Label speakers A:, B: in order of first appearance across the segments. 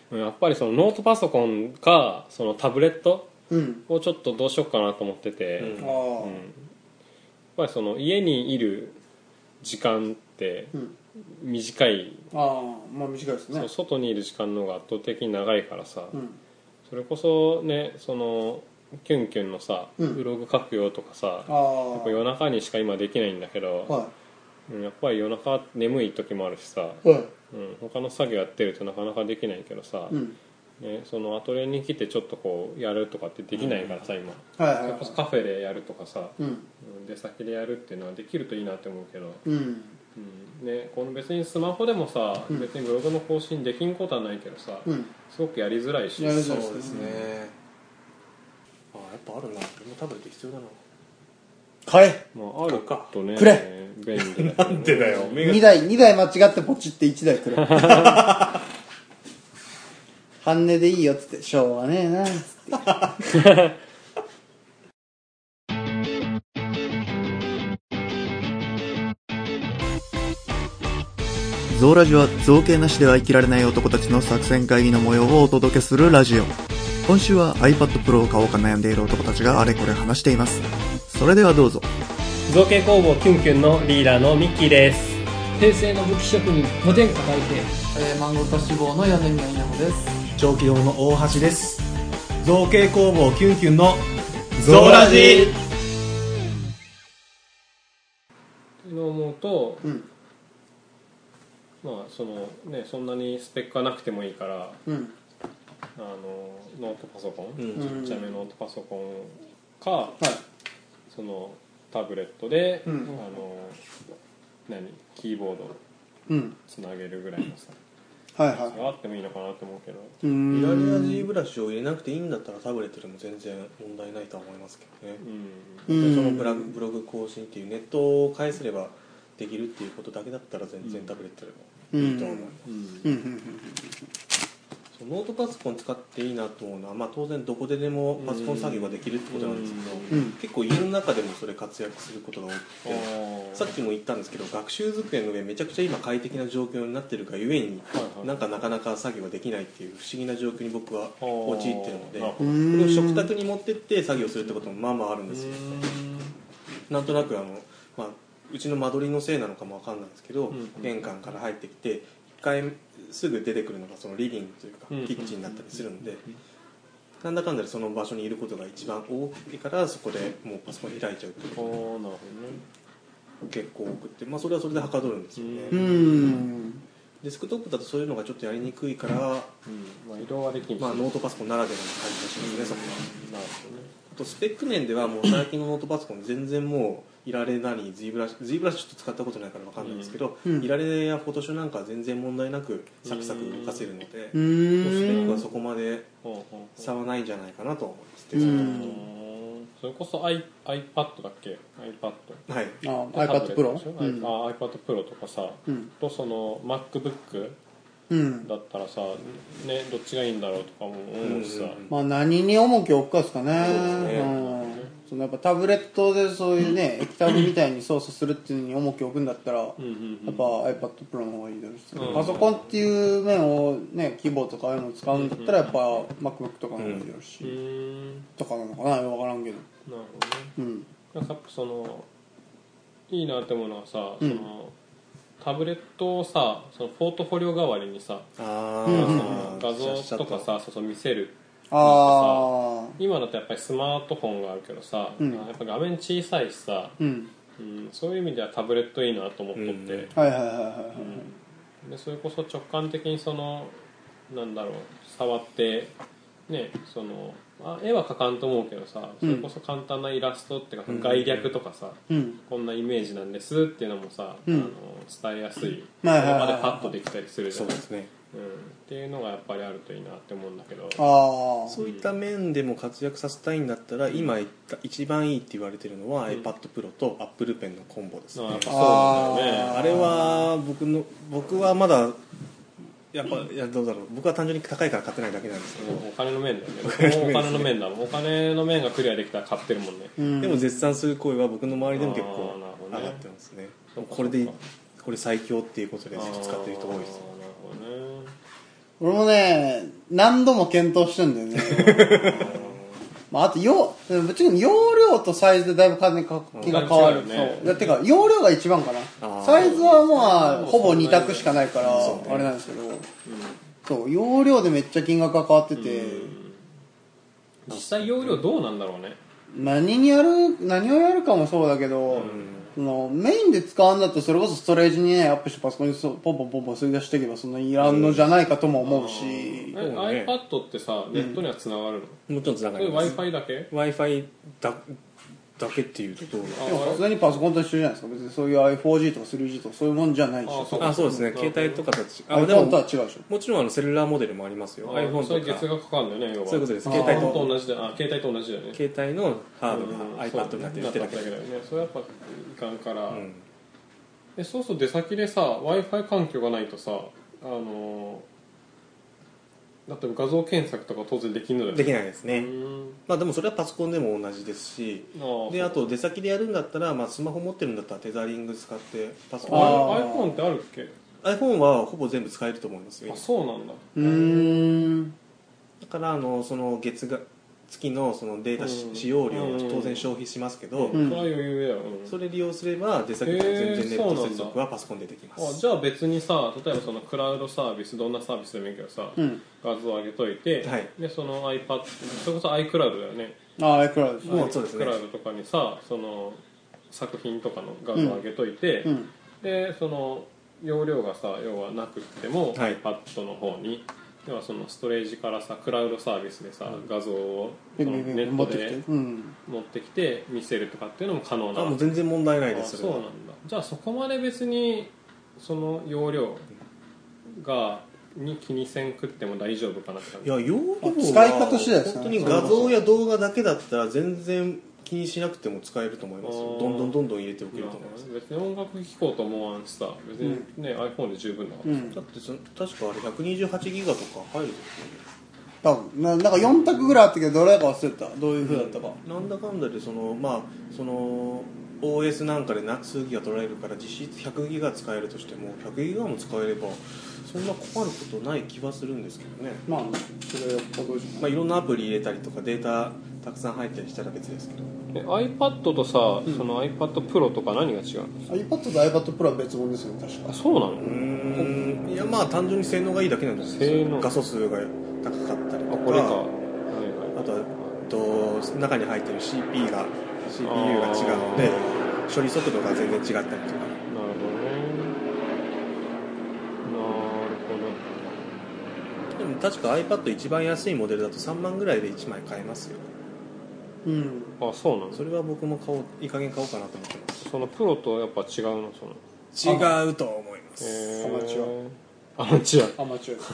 A: やっぱりそのノートパソコンかそのタブレット
B: うん
A: をちょっとどうしようかなと思ってて、
C: うん
B: ああ
A: やっぱりその家にいる時間って
B: うん
A: 短い、
B: ああまあ短いですね
A: そう外にいる時間の方が圧倒的に長いからさ、
B: うん
A: それこそねそのキュンキュンのさ、
B: うん
A: ブログ書くよとかさ、
B: あ
A: やっぱ
B: あ
A: 夜中にしか今できないんだけど、
B: は
A: やっぱり夜中眠い時もあるしさ、
B: いはい
A: 他の作業やってるとなかなかできないけどさ、
B: うん
A: ね、そのアトリエに来てちょっとこうやるとかってできないからさ今、
B: はいはいはい
A: それこそカフェでやるとかさ、
B: うん
A: 出先でやるっていうのはできるといいなって思うけど、
B: うん
A: ね、この別にスマホでもさ、
B: うん
A: 別にブログの更新できんことはないけどさ、
B: うん
A: すごくやりづらいし、
B: やりづらい
C: そうですね。あやっぱあるな。俺もタブレット必要だな。
B: 買え
A: まあ、あるとね
B: くれ
A: 便利だけどね
C: なんでだよ。目が
B: 2台間違ってポチって1台くれ半値でいいよっつってしょうがねえなっつって
D: ゾウラジは造形なしでは生きられない男たちの作戦会議の模様をお届けするラジオ。今週は iPad Pro を買おうか悩んでいる男たちがあれこれ話しています。それではどうぞ。
A: 造形工房キュンキュンのリーダーのミッキーです。
E: 平成の武器職人5点抱えて
F: マンゴー達志望の米宮稲穂です。
G: 長期堂の大橋です。造形工房キュンキュンのゾウラジ
A: っていうのを思うと、
B: うん
A: まあそのねそんなにスペックがなくてもいいから
B: うん
A: ノートパソコン、
C: うん
A: ちっちゃめノートパソコンか、
B: はい
A: そのタブレットで、
B: うん
A: キーボード
B: うん
A: つなげるぐらいのさ
B: はいは
A: があってもいいのかなと思うけど、
B: い
C: ミラレア G ブラシを入れなくていいんだったらタブレットでも全然問題ないとは思いますけどね。
B: うん
C: そのブログ更新っていうネットを介すればできるっていうことだけだったら全然タブレットでもいいとは思います。
B: うん
C: そうノートパソコン使っていいなと思うのは、まあ、当然どこででもパソコン作業ができるってことなんですけど、
B: うん
C: 結構家の中でもそれ活躍することが多くて、さっきも言ったんですけど学習机の上めちゃくちゃ今快適な状況になってるがゆえに、なんかなかなか作業ができないっていう不思議な状況に僕は陥ってるので、これを食卓に持ってって作業するってこともまあまああるんですよ。なんとなくまあ、うちの間取りのせいなのかもわかんないんですけど、玄関から入ってきて1回すぐ出てくるのがそのリビングというかキッチンだったりするので、なんだかんだでその場所にいることが一番多いからそこでもうパソコン開いちゃうっていうことが
A: なるほどね。
C: 結構多くて、まあ、それはそれではかどるんですよね。
B: うん
C: デスクトップだとそういうのがちょっとやりにくいから、
A: まあ移動はできんし、
C: まあ、ノートパソコンならではの感じがしますね、そこは。
A: なるほどね。
C: あとスペック面ではもう最近のノートパソコン全然もういられなり Z ブラシちょっと使ったことないから分かんないんですけど、いられやフォトショーなんかは全然問題なくサクサク動かせるので、もうスペックはそこまで差はないんじゃないかなと思いますデスクトップと。
A: それこそ iPad だっけ iPad
C: はい、
B: あ iPad Pro？
A: iPad Pro とかさ、とその MacBook
B: うん
A: だったらさ、ね、どっちがいいんだろうとかも思うしさ、
B: まあ何に重きを置くかですかね。
C: そうですね
B: そのやっぱタブレットでそういうね液タブみたいに操作するっていうのに重きを置くんだったら、やっぱ iPad Pro の方がいいですし、パソコンっていう面をねキーボードとかああいうのを使うんだったらやっぱ MacBook とかの方がいいだろうし、とかなのかな分からんけど。
A: なるほどね。なんかやっぱそのいいなって思うのはさ、そのタブレットをさそのポートフォリオ代わりにさ、その画像とかさそう見せる
B: あ
A: 今だとやっぱりスマートフォンがあるけどさ、やっぱ画面小さいしさ、そういう意味ではタブレットいいなと思っとって、
B: はいはいはいはい
A: でそれこそ直感的にそのなんだろう触ってねその絵は描かんと思うけどさ、それこそ簡単なイラストっていうか、概略とかさ、こんなイメージなんですっていうのもさ、伝えやすい、それまでパッとできたりするじゃん。
C: そうですね、
A: っていうのがやっぱりあるといいなって思うんだけど、
C: そういった面でも活躍させたいんだったら、今言った一番いいって言われてるのは、iPad Pro と Apple Pen のコンボですね。
A: やっぱそうなんだよね。
C: あれは僕はまだやっぱどうだろう、僕は単純に高いから買ってないだけなんですけど、
A: お金の面だよね。お金の面だもん。お金の面がクリアできたら買ってるもんね。
C: でも絶賛する声は僕の周りでも結構上がってますね。これ最強っていうことで使ってる人多いです。
B: 俺もね何度も検討してんだよねまあ、あとぶっちゃけ容量とサイズでだいぶ金が変わる。そう。てか容量が一番かな。サイズはまあほぼ2択しかないからあれなんですけど、そう容量でめっちゃ金額が変わってて、
A: 実際容量どうなんだろうね。
B: 何をやるかもそうだけど、そのメインで使うんだとそれこそストレージにねアップしてパソコンにポンポンポンポン吸い出していけばそんなにいらんのじゃないかとも思うし、
A: iPad ってさネットにはつながるの？
C: もちろんつながります。
A: Wi-Fi だけ？
C: Wi-Fi だけっていうとどうなの？
B: でも普通にパソコンと一緒じゃないですか。別にそういう 4G とか 3G とかそういうもんじゃないし。
C: そうですね。携帯とかと
B: でもとは違うでしょ。
C: もちろんセルラーモデルもありますよ。iPhone とか。
A: そういう月額かかるんだよね。要は
C: そういうことです。
A: 携帯と同じだよね。携
C: 帯のハードが iPad になってるだけだよね。
A: それやっぱいかんから。そうすると出先でさ Wi-Fi 環境がないとさだって画像検索とか当然できるのだよね。
C: できないですね。まあでもそれはパソコンでも同じですし、あと出先でやるんだったら、まあ、スマホ持ってるんだったらテザリング使ってパソコン。
A: iPhone ってあるっけ？
C: iPhone はほぼ全部使えると思いますよ。
A: そうなんだ。
C: だからその月のそのデータ使用量は当然消費しますけど、
A: それは余裕だよ。
C: それ利用すれば出先で全然ネット接続はパソコンでできます。
A: じゃあ別にさ、例えばそのクラウドサービスどんなサービスでもいいけどさ、画像上げといて、でその iPad それこそ iCloud だよね。
B: iCloud です
C: ね。そうですね。
A: iCloud とかにさその作品とかの画像上げといて、でその容量がさ要はなくっても iPad の方に要はそのストレージからさクラウドサービスでさ画像をネットで持ってきて見せるとかっていうのも可能な。
C: もう全然問題ないです。
A: そうなんだ。じゃあそこまで別にその容量に気にせんくっても大丈夫かなって感じ。
C: いや容量
B: 使い方次第ですね。
C: 本当に画像や動画だけだったら全然気にしなくても使えると思いますよ。どんどん入れておけると思います。
A: 別に音楽聴こうと思わんしさ別にね、iPhone で十分だから、
C: だって確かあれ128ギガとか入るんですよね。
B: 多分なんか4択ぐらいあったけどどれか忘れた。どういう風だったか、
C: なんだかんだでその OS なんかで数ギガ取られるから実質100ギガ使えるとしても100ギガも使えればそんな困ることない気はするんですけどね。
B: まあそれはことじゃない。
C: いろんなアプリ入れたりとかデータたくさん入ったりしたら別ですけど。
A: iPad とさ、その iPad Pro とか何が違うの？
B: iPad と iPad Pro は別物ですよね確か。
A: そうなの？
C: いやまあ単純に性能がいいだけなんですよ。画素数が高かったりとか、
A: これか、
C: あと中に入ってる CPU が違うので処理速度が全然違ったりとか。なるほどね。でも確か iPad 一番安いモデルだと3万ぐらいで1枚買えますよ。
A: そうなの？
C: それは僕もいい加減買おうかなと思ってます。
A: そのプロとやっぱ違うの？
C: 違うと思います。
A: アマチュア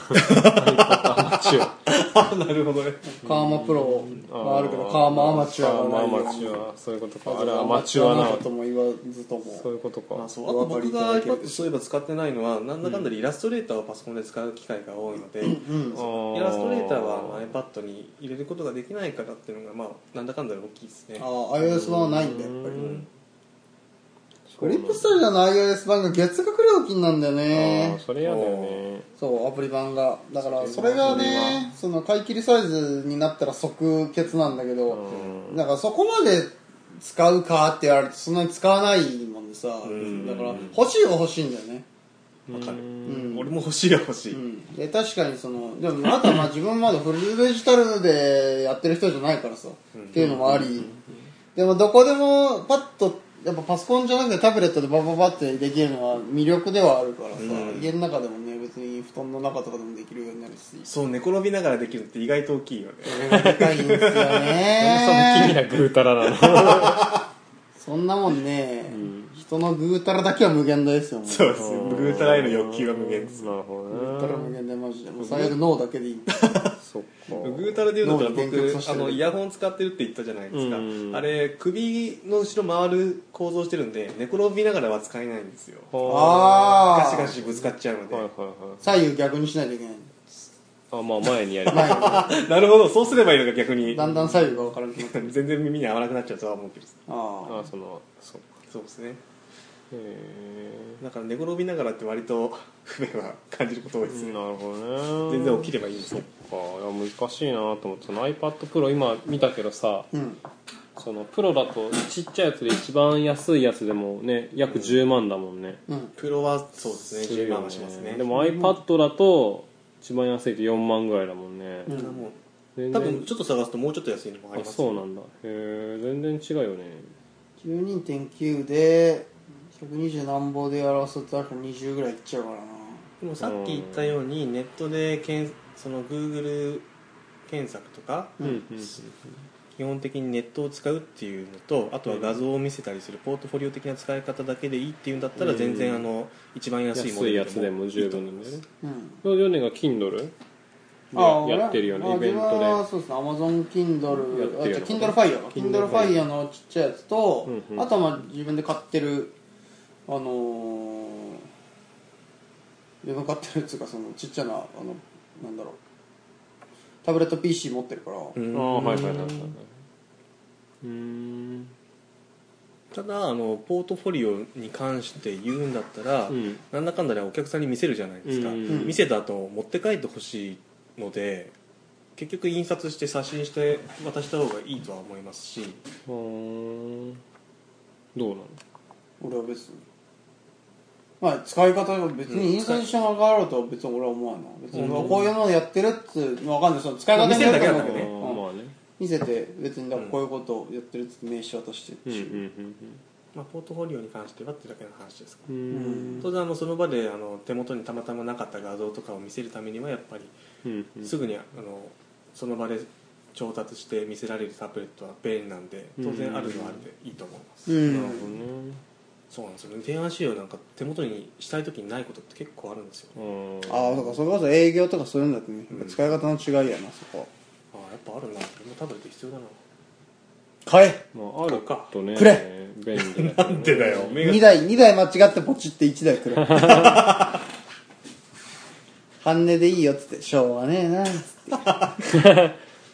C: なるほどね。
B: カーマプロはあるけどカーマアマチュアがないよ。
A: そういうことか。あれアマチュアな
B: とも言わずとも
A: そういうことか。
C: あと僕が iPad そういえば使ってないのはなんだかんだでイラストレーターをパソコンで使う機会が多いので、イラストレーターは iPad に入れることができないからっていうのがまあなんだかんだで大きいですね。
B: iOS 版はないんだやっぱり。フリップスタジオの iOS 版が月額料金なんだよね。
A: それやだよね。
B: そうアプリ版がだからそれがねその買い切りサイズになったら即決なんだけど、だからそこまで使うかって言われるとそんなに使わないもんでさ、だから欲しいは欲しいんだよね。
C: わかる。俺も欲しいは欲しい。
B: で確かにでもあとはまあ自分まだフルデジタルでやってる人じゃないからさ、っていうのもあり、でもどこでもパッとやっぱパソコンじゃなくてタブレットでバババってできるのは魅力ではあるからさ、家の中でもね別に布団の中とかでもできるようになるし、
C: そう寝転びながらできるって意外と大きいよね。
B: でかいんですよね。
A: その気味なぐうたらなの。
B: そんなもんね、人のぐうたらだけは無限大ですよ。
C: そうですよ。ぐうたらへの欲求は無限です。
A: なるほどね。
B: ぐうたら無限大マジでもう最悪脳だけでいい。
A: そっか。
C: ぐうたらで言うんだったら僕イヤホン使ってるって言ったじゃないですか。あれ首の後ろ回る構造してるんで寝転びながらは使えないんですよ。ガシガシぶつかっちゃうので。
B: 左右逆にしないといけない。
A: まあ前にやる。
C: なるほど、そうすればいいのか逆に。
B: だんだん左右が分からなくなって
C: 全然耳に合わなくなっちゃうとは思ってる。
A: そう
C: ですね。だから寝転びながらって割と不便は感じること多いですね。
A: なるほどね。
C: 全然起きればいいんです。
A: そっか。 難しいなと思って、その iPad Pro 今見たけどさ、そのプロだとちっちゃいやつで一番安いやつでもね約10万だもんね、
C: プロはそうですね10万はしますね。
A: でも iPad だと一番安いと4万ぐらいだもんね、
C: もう多分ちょっと探すともうちょっと安いのもあります。
A: そうなんだ。へえ、全然違うよね。
B: 12.9 で120何ぼで表すと確か20ぐらいいっちゃうからな。
C: でもさっき言ったようにネットでその Google 検索とか、基本的にネットを使うっていうのと、あとは画像を見せたりするポートフォリオ的な使い方だけでいいっていうんだったら、全然一番安いモデル
A: 安いやつでも十分なんだよね。
B: うん、
A: ヨネが Kindle でやってるよね、イベントで。
B: 自分はそうですね、Amazon Kindle、
A: やってるの
B: Kindle Fire のちっちゃいやつと、あとはまあ自分で買ってる自分買ってるっていうか、そのちっちゃななんだろう、タブレット PC 持ってるから。
A: はいはいはいはい。
C: ただポートフォリオに関して言うんだったら、なんだかんだでお客さんに見せるじゃないですか、見せた後持って帰ってほしいので、結局印刷して刷新して渡した方がいいとは思いますし。
A: どうなの？
B: 俺は別に、まあ使い方が別に印刷しても分かろうとは別に俺は思わないな。別にこういうものやってるって分かんない、その使い方によると思うけど、見せて別にだからこういうことをやってるって名刺渡してるし、
C: まあ、ポートフォリオに関してはっていうだけの話ですから、当然その場で手元にたまたまなかった画像とかを見せるためにはやっぱり、すぐにその場で調達して見せられるタブレットは便利なんで、当然あるのはあるでいいと思います。なるほどね。そうなんですよね。提案資料なんか手元にしたい時にないことって結構あるんですよ。
B: ああ、だからそれこそ営業とかそういうんだってね、使い方の違いやな、そこは。
C: ああ、やっぱあるな。タブレット必要だな。
B: 買え、
A: あるかとね、
B: くれ
A: 便利だ。
C: なんでだよ。
B: 2台間違ってポチって1台くれ。半値でいいよっつって、しょうがねえなっつって。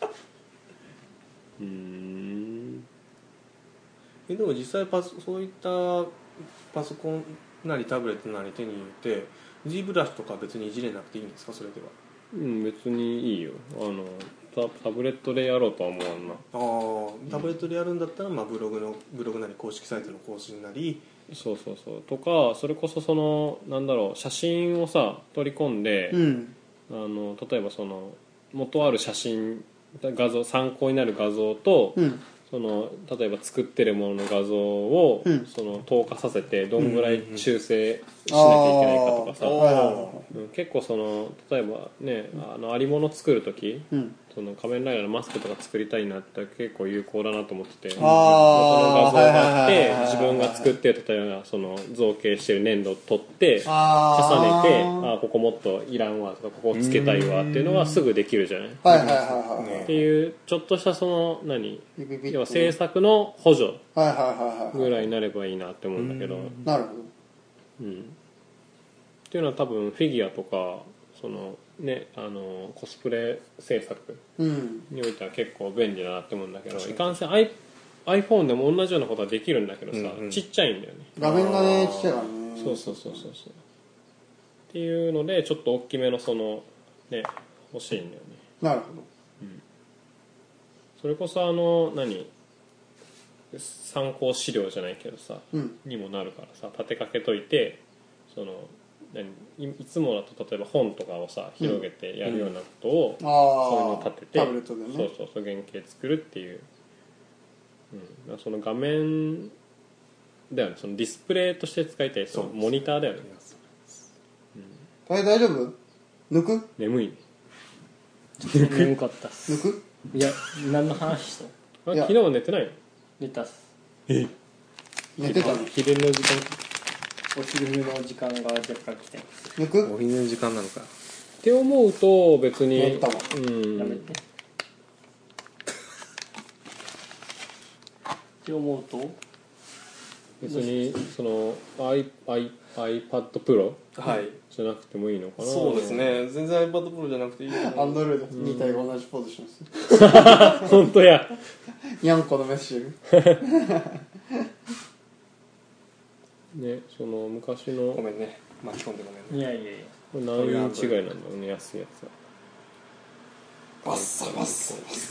C: でも実際そういったパソコンなりタブレットなり手に入れて G ブラシとか別にいじれなくていいんですか、それでは。
A: 別にいいよ。タブレットでやろうとは思わんな。
C: タブレットでやるんだったら、まあ、ブログなり公式サイトの更新なり、
A: そうとか、それこそなんだろう、写真をさ取り込んで、例えば元ある写真画像、参考になる画像と、例えば作ってるものの画像を、透過させてどんぐらい修正しなきゃいけないかとかさ、結構例えばね、ありもの作るとき、仮面ライダーのマスクとか作りたいなって結構有効だなと思ってて、その画像があって、自分が作って例えば造形してる粘土を取って重ねて、ここもっといらんわとか、ここつけたいわっていうのはすぐできるじゃない、っていうちょっとした要は制作の補助ぐらいになればいいなって思うんだけど、
B: なるほど。
A: っていうのは多分フィギュアとかコスプレ制作においては結構便利だなって思うんだけど、いかんせん iPhone でも同じようなことはできるんだけどさ、ちっちゃいんだよね、
B: 画面がね、ちっちゃいからね。
A: そうっていうのでちょっと大きめの欲しいんだよね。
B: なるほど。
A: それこそ参考資料じゃないけどさ、にもなるからさ、立てかけといて、いつもだと例えば本とかをさ広げてやるようなことを、そういうのを立てて、
B: タブレットでね、
A: そう原型作るっていう、その画面だよね、そのディスプレイとして使いたい、モニターだよね。
B: 大丈夫？抜く？
A: 眠い。
E: 眠かったっす。
B: 抜く？
E: いや、何の話した？
A: 昨日は寝てないの？
E: 寝たっす。
B: 寝てたの？
A: 昼の時間、
E: お昼の時間が若干来てます。
B: 抜く？
C: お昼の時間なのか
A: って思うと別に、
B: やったわ。
E: やめて。って思うと
A: 別にiPad Pro じゃなくてもいいのかな。
C: そうですね、全然 iPad Pro じゃなくていいかな。
B: アンドロイド2体が同じポーズします。
A: 本当や。
B: にゃんこのメッシュ
A: ね、昔の
C: ごめんね、巻き込んでごめんね。
E: いやいやいや、
A: これ何インチぐらいなんだろうね、安いやつは。
B: バッサバッサ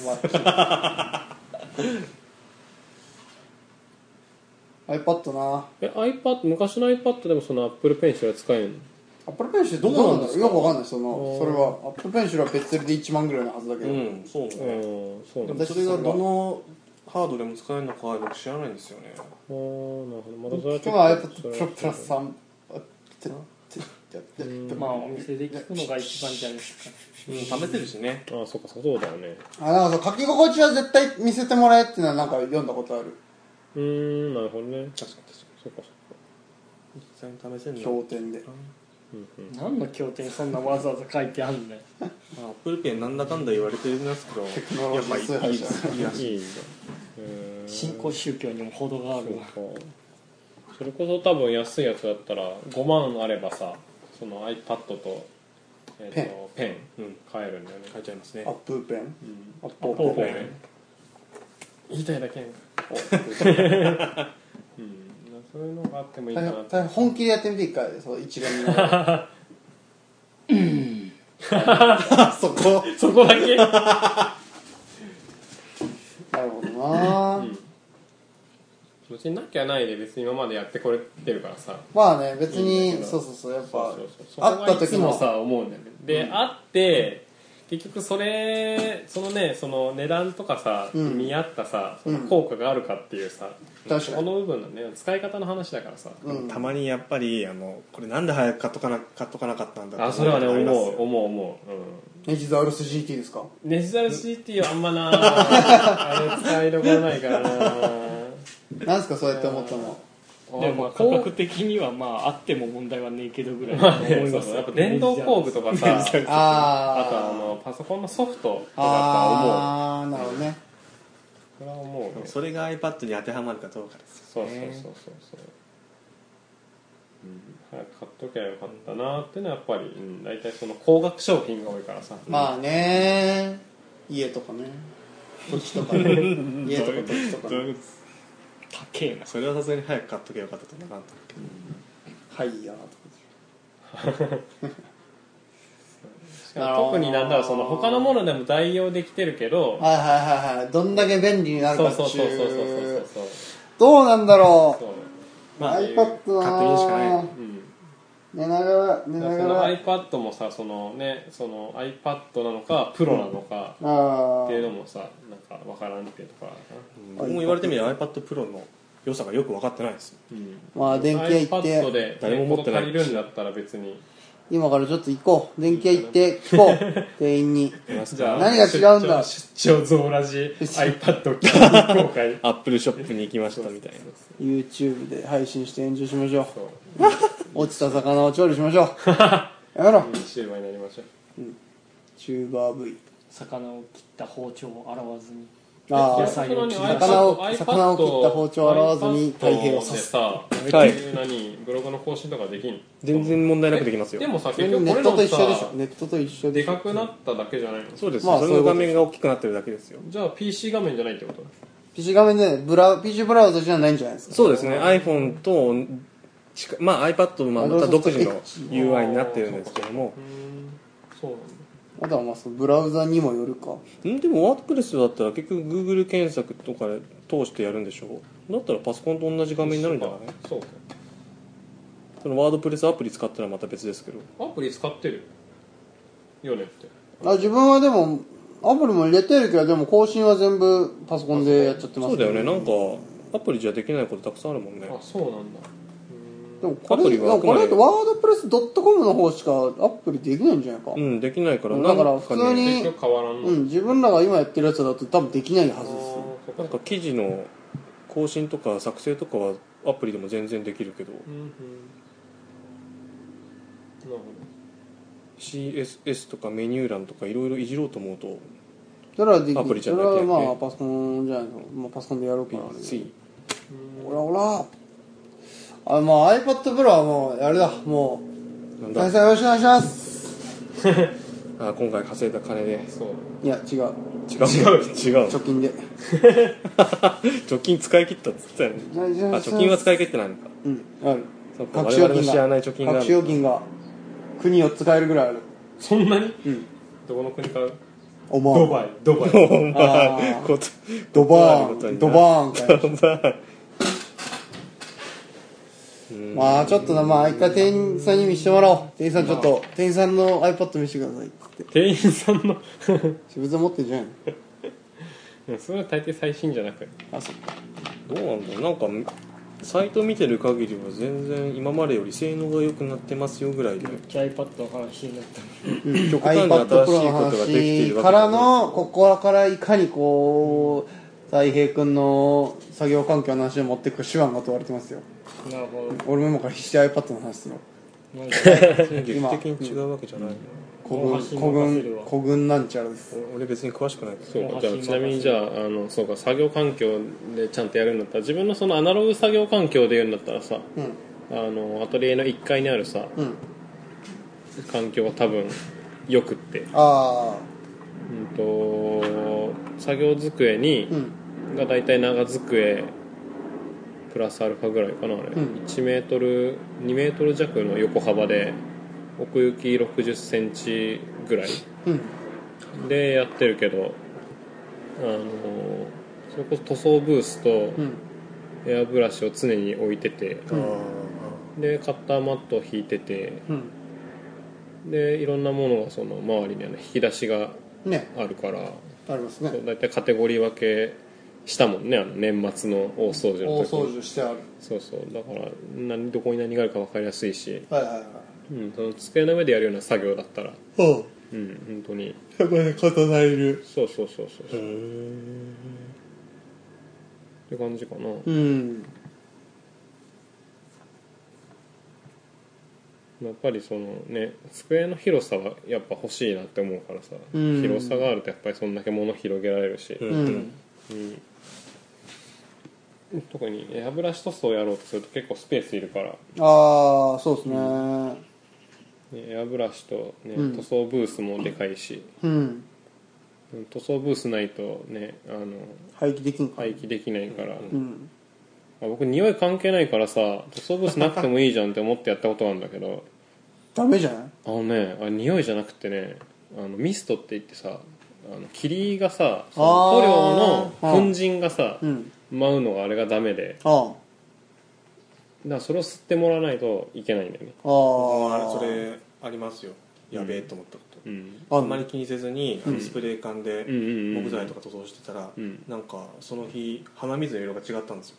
B: iPad な。
A: iPad 昔の iPad でもその Apple Pencil は使えるの？
B: Apple Pencil どうなんだろう、よくわかんない。それは Apple Pencil は別売りで1万ぐらいのはずだけど、
C: そうね。
A: そうなんだ。
C: でもそれがどのハードでも使えるのか僕知らないんですよね。
A: なるほど。まだそれは
B: 今日は iPad Pro プラス3
F: まあお店で聞くのが一番じゃないですか。
C: 試せるしね。
A: そうだよね。
B: なんか書き心地は絶対見せてもらえっていうのはなんか読んだことある。
A: なるほどね。
C: 確かに。
A: そうか。
C: 実際に試せるの。
B: 経典で。
F: 何の経典そんなわざわざ書いてあんねん。
C: アップルペンなんだかんだ言われてるんですけど、やっぱいいらしい。
F: 新興宗教にも程があるわ。
A: それこそ多分安いやつだったら5万あればさ、その iPad とペン買えるんだよね。
C: 買えちゃいますね。
B: アップルペン、
A: アップルペン言いたいだけやんか。そういうのがあってもいいかなって。
B: 本気でやってみて一回その一連の
A: そこだけ。
B: なるほどな。
A: 別になきゃないで別に今までやってこれてるからさ。
B: まあね、別にそうやっぱ
A: 会った時もさ思うんだよね。で、会って結局その値段とかさ、見合ったさ、その効果があるかっていうさ、
B: 確かに
A: この部分のね、使い方の話だからさ。
C: たまにやっぱりこれなんで早く買っとかなかったんだって。
A: それはね、思う。
B: ネジザウルス GT ですか？
A: ネジザウルス GT はあんまなあれ使いどころないからな。
B: なんすかそうやって思ったの？
F: でも価格的にはまああっても問題はねえけどぐらいだと思います。
A: やっぱ電動工具とかさ、あとパソコンのソフトとかやっぱ思う。
B: なるほどね。
A: それは思うね。
C: それが iPad に当てはまるかどうかですよね。
A: そう。早く買っときゃよかったなってのはやっぱり、大体その高額商品が多いからさ。
B: まあね、家とかね、土地とかね、家とか土地とかね。
F: 高えな。
C: それはさすがに早く買っときゃよかったとなかんと。
B: はいや
A: 特になんだろう、その他のものでも代用できてるけど、
B: はい、どんだけ便利になるかっていう。
A: そう。
B: どうなんだろう。
C: まあ
B: iPad
C: 確認しかない。
B: 寝ながら
A: その iPad もさ、その iPad なのかプロなのかっていうのもさ、なんか分からんっていうところあるな。
C: 僕も言われてみれば iPad Pro の良さがよく分かってないです。
B: まあ電気屋行って
A: iPad で
C: 誰も持ってない
A: 借りるんだったら別に
B: 今からちょっと行こう。電気屋行って聞こう。店員に。
A: じゃあ
B: 何が違うんだ。
A: 出張ゾーラジ iPad を聞いて公開。
C: アップルショップに行きましたみたいな。
B: YouTube で配信して炎上しましょう。落ちた魚を調理しましょう。やめろ。
A: シューマイになりましょう。
B: チューバー V。
F: 魚を切った包丁を洗わずに。
B: 野
F: 菜を切
B: った魚を切った包丁を洗わずに太平を刺す。
A: ブログの更新とかできん？
C: 全然問題なくできますよ。
A: でもさ、結局
B: ネッ
A: これの
B: トと一緒でしょ。
A: さ、
B: ネットと一緒で
A: でかくなっただけじゃないの？
C: そうです。
B: まあ
C: それの画面が大きくなってるだけですよ。
A: じゃあ PC 画面じゃないってこと？
B: PC 画面でPC ブラウザじゃないんじゃないですか。
C: そうですね。iPhone とまあ iPad もまた独自の UI になってるんですけども。
A: そうなんだ。
B: あとはまあそのブラウザにもよるか。
C: でもワードプレスだったら結局 Google 検索とかで通してやるんでしょ。だったらパソコンと同じ画面になるんじゃない？
A: そうか。
C: そのワードプレスアプリ使ったらまた別ですけど。
A: アプリ使ってるよねって。
B: 自分はでもアプリも入れてるけど、でも更新は全部パソコンでやっちゃってます。
C: そうだよね。なんかアプリじゃできないことたくさんあるもんね。
A: あ、そうなんだ。
B: でもこれだとワードプレス .com の方しかアプリできないんじゃないか。
C: できないから
B: だから普通に、
A: 結局変わらんの。
B: 自分らが今やってるやつだと多分できないはずです。
C: なんか記事の更新とか作成とかはアプリでも全然できるけど、
A: なるほど。
C: CSS とかメニュー欄とかいろいろいじろうと思うと
B: それはできる。
C: アプリじゃ
B: そ
C: なきゃね
B: れはまあパソコンじゃないの。まあパソコンでやろうかな。ほらまあ iPad Pro はもうあれだ、もう開催よろしくお願いします。
C: 今回稼いだ金で。
A: そう。
B: いや違う
C: 貯
B: 金で
C: 貯金使い切ったっつったよね。貯金は使い切ってないのか。
B: ある。
C: そうか、我々の知らない貯金がある。
B: 隠し預金が国を使えるぐらいある。
A: そんなに？どこの国から？
B: オマーン
F: ドバイ
B: ドバーンかよまあちょっとな、まあ一回店員さんに見せてもらおう。店員さんちょっと、店員さんの iPad 見せてくださいって。
A: 店員さんの
B: 私物持ってんじゃん。
A: それは大抵最新じゃなくて。
B: あ、そっか。
C: どうなんだろう、なんかサイト見てる限りは全然今までより性能が良くなってますよぐらいで、
F: iPad の話になった
C: 極端に新しいことができているわけ
B: からの、ここからいかにこう、大平君の作業環境の話を持っていく手腕が問われてますよ。
F: なるほど。
B: 俺も今から必死で iPad の話するの。
C: 劇的に違うわけじゃないの。
B: 古群なんちゃらです。
C: 俺別に詳しくない
A: そうか。じゃあちなみにじゃあそうか、作業環境でちゃんとやるんだったら、自分のそのアナログ作業環境でやるんだったらさ、アトリエの1階にあるさ、環境は多分よくって、作業机に、がだいたい長机プラスアルファぐらいかな、あれ、1メートル2メートル弱の横幅で奥行き60センチぐらい、でやってるけど、それこそ塗装ブースとエアブラシを常に置いてて、でカッターマットを引いてて、でいろんなものがその周りに引き出しがあるから、
B: ありますね。
A: だいたいカテゴリー分けしたもんね、年末の大掃除の時。
B: 大掃除してある。
A: そうそう、だからどこに何があるか分かりやすいし、その机の上でやるような作業だったら、本当に
B: そこで固まれる。
A: そうって感じかな。やっぱりそのね、机の広さはやっぱ欲しいなって思うからさ、広さがあるとやっぱりそんだけ物広げられるし、特にエアブラシ塗装をやろうとすると結構スペースいるから。
B: そうですね。
A: エアブラシと、塗装ブースもでかいし、塗装ブースないとね、
B: 廃棄
A: できないから、僕匂い関係ないからさ、塗装ブースなくてもいいじゃんって思ってやったことがあるんだけど、
B: ダメじゃない？
A: 匂いじゃなくてね、ミストって言ってさ、霧がさ、その塗料の粉塵がさ、舞うのがあれがダメで、だからそれを吸ってもらわないといけないんだよね。
C: それありますよ。やべえと思ったこと、あんまり気にせずにスプレー缶で木材とか塗装してたら、なんかその日鼻水の色が違ったんですよ。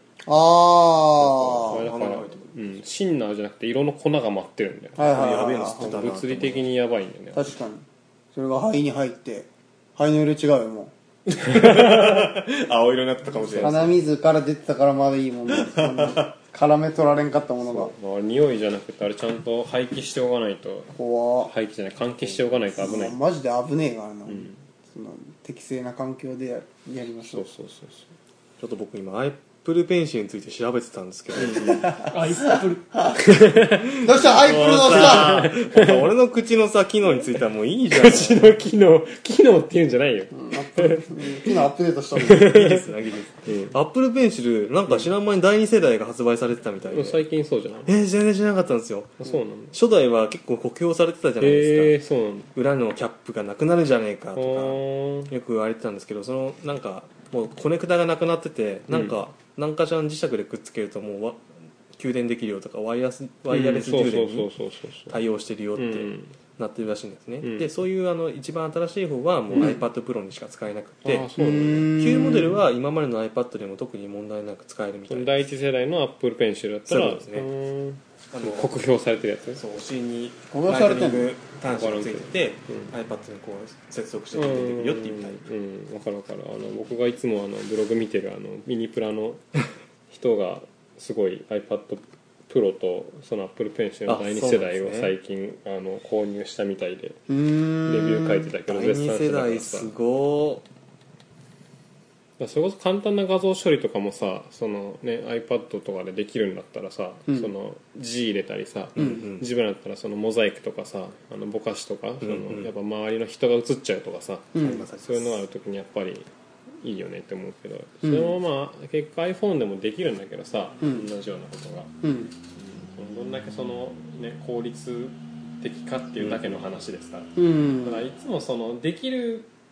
A: シンナーじゃなくて色の粉が舞ってるんだよ。
C: やべえの吸ってたな。
A: 物理的にやばいんだよね。
B: 確かに。それが肺に入って肺の色違うよ、もう
C: 青色になってたかもしれない。
B: 鼻水から出てたからまだいいもんね。絡め取られんかったものが。
A: 匂いじゃなくてあれちゃんと廃棄しておかないと。廃棄じゃない、換気しておかないと危ない。
B: マジで危ねえからな、その適正な環境で やりましょう。
C: そうちょっと僕今Apple Pencil について調べてたんですけど
B: どうしたアイプルのさ
C: 俺の口のさ機能についてはもういいじゃん。
A: 口の機能って言うんじゃないよ。
B: 昨日アップデートしたん
C: です。いいですApple Pencil なんか知らん間に第2世代が発売されてたみたいで。
A: 最近そうじゃない？
C: 全然知らなかったんですよ。
A: そうなんだ。
C: 初代は結構酷評されてたじゃないですか。
A: そうなんだ。
C: 裏のキャップがなくなるじゃねえかとかよく言われてたんですけど、そのなんかもうコネクタがなくなってて、なんか何かしらの磁石でくっつけるともう給電できるよとかワイヤレス充電に対応してるよってなってるらしいんですね。でそういう一番新しい方はもう iPad Pro にしか使えなくて、旧モデルは今までの iPad でも特に問題なく使えるみたいな。
A: 第一世代の Apple Pencil だったら
C: そうですね、
A: 酷評されてるやつ。
C: そう、お尻にライトニング端子がついてて iPad にこう接続して充電できるよっていうタイプ。
A: 分かる分かる。僕がいつもブログ見てるミニプラの人がすごい iPad Pro とその Apple Pencil の第2世代を最近購入したみたいでレビュー書いてたけど、
C: 第2世代すごー。
A: それこそ簡単な画像処理とかもさ、そのね iPad とかでできるんだったらさ、その字入れたりさ、自分だったらそのモザイクとかさ、ぼかしとか、そのやっぱ周りの人が映っちゃうとかさ、そういうのがある時にやっぱりいいよねって思うけど、それもまあ結果 iPhone でもできるんだけどさ、同じようなことが、どんだけそのね効率的かっていうだけの話でさ、だからいつもそのできる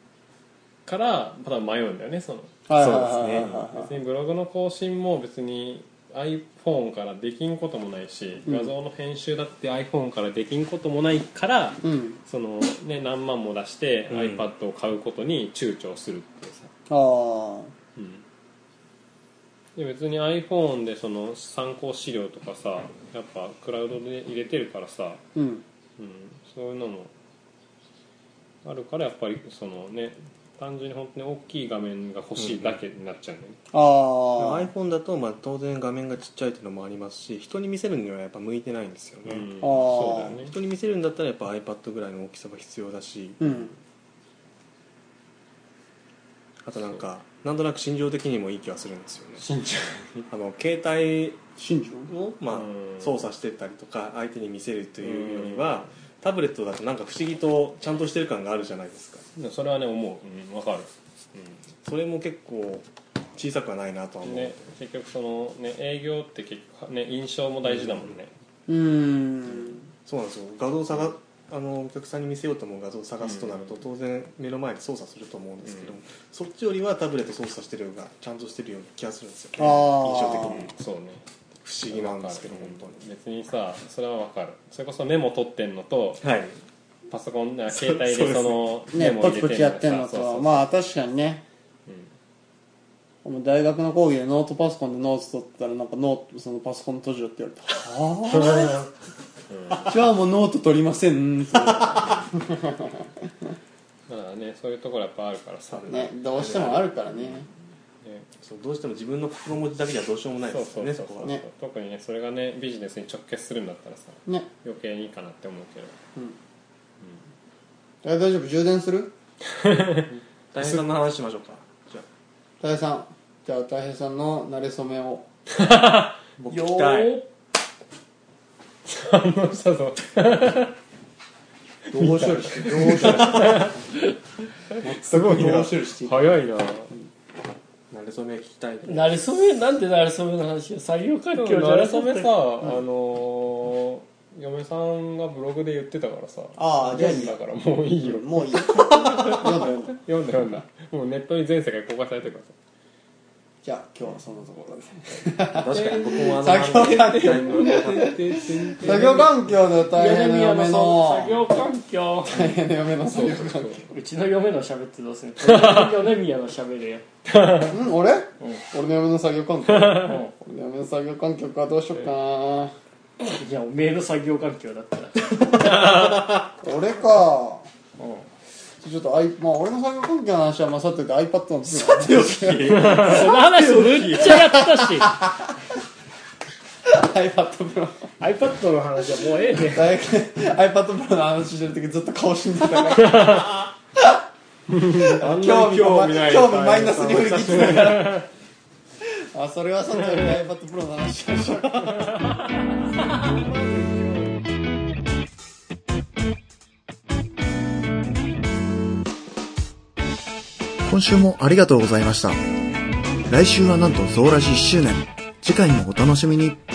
A: からまた迷うんだよねその。
C: そうですね。
A: 別にブログの更新も別に iPhone からできんこともないし、画像の編集だって iPhone からできんこともないから、そのね、何万も出して iPad を買うことに躊躇するっていうさ。で別に iPhone でその参考資料とかさやっぱクラウドで入れてるからさ、そういうのもあるからやっぱりそのね単純に本当に大きい画面が欲しいだけになっちゃうんだよね。
C: iPhone だとまあ当然画面がちっちゃいっていうのもありますし、人に見せるにはやっぱ向いてないんですよね。
A: そうだよね。
C: 人に見せるんだったらやっぱ iPad ぐらいの大きさが必要だし、あとなんかなんとなく心情的にもいい気はするんですよね。携帯をまあ操作してたりとか相手に見せるというよりは、タブレットだとなんか不思議とちゃんとしてる感があるじゃないですか。
A: それはね思う。わかる。
C: それも結構小さくはないなとは思う。
A: ね、結局そのね営業って結局ね印象も大事だもんね。
C: そうなんですよ。画像お客さんに見せようと思う画像を探すとなると当然目の前で操作すると思うんですけども、そっちよりはタブレット操作してる方がちゃんとしてるような気がするんですよね。印象的に。
A: そうね。
C: 不思議なんですけど本当に。
A: 別にさそれはわかる。それこそメモ取ってんのと、パソコン携帯でそのメモ入れてんのと
B: ポチポチやってんのとまあ確かにね。大学の講義でノートパソコンでノート取ったらなんかそのパソコン閉じろって言われた。じゃあもうノート取りません。だ
A: からねそういうところやっぱあるからさ。
B: ねどうしてもあるからね。
C: そうどうしても自分の心持ちだけではどうしようもないですよね。そこは
A: ね特にねそれがねビジネスに直結するんだったらさ、余計にいいかなって思うけ
B: ど。大丈夫充電する？
C: 大変さんの話しましょうか。
B: 大平さんじゃあ大平さんの馴れ初めを
C: 僕聞きたい。
A: 反応したぞ。
B: どう処理してすごいな。
A: 早いな。
C: 馴れ初め聞きたい。
F: 馴れ初めなんで馴れ初めの話を作業環境じゃなくて。
A: 馴れ初めさ嫁さんがブログで言ってたからさ。
B: じゃあいい
A: だからもういいよ。
B: もういい。
A: 読んだ。もうネットに全世界公開されてるからさ。
B: じゃあ今日はそんなところで。
C: 確かに僕も
B: 作業環境の大変な嫁の
F: 作業環境
B: 大変な嫁の作業環境。
F: うちの嫁の喋ってどうするの？米宮の喋るよ。
B: 俺の嫁の作業環境。俺の嫁の作業環境かどうしよっかな。
F: いやおめえの作業環境だったら。
B: 俺か。ちょっとまあ俺の作業環境の話はまあさておき iPad のさておきそ
F: の話むっちゃやったし
B: iPad Pro
F: iPad の話はもうええね。
B: iPad Pro の話してる時ずっと顔死んでたから興味マイナスに振り切ってたからそれはさておき iPad Pro の話しましょう。
D: 今週もありがとうございました。来週はなんとゾーラジ1周年。次回もお楽しみに。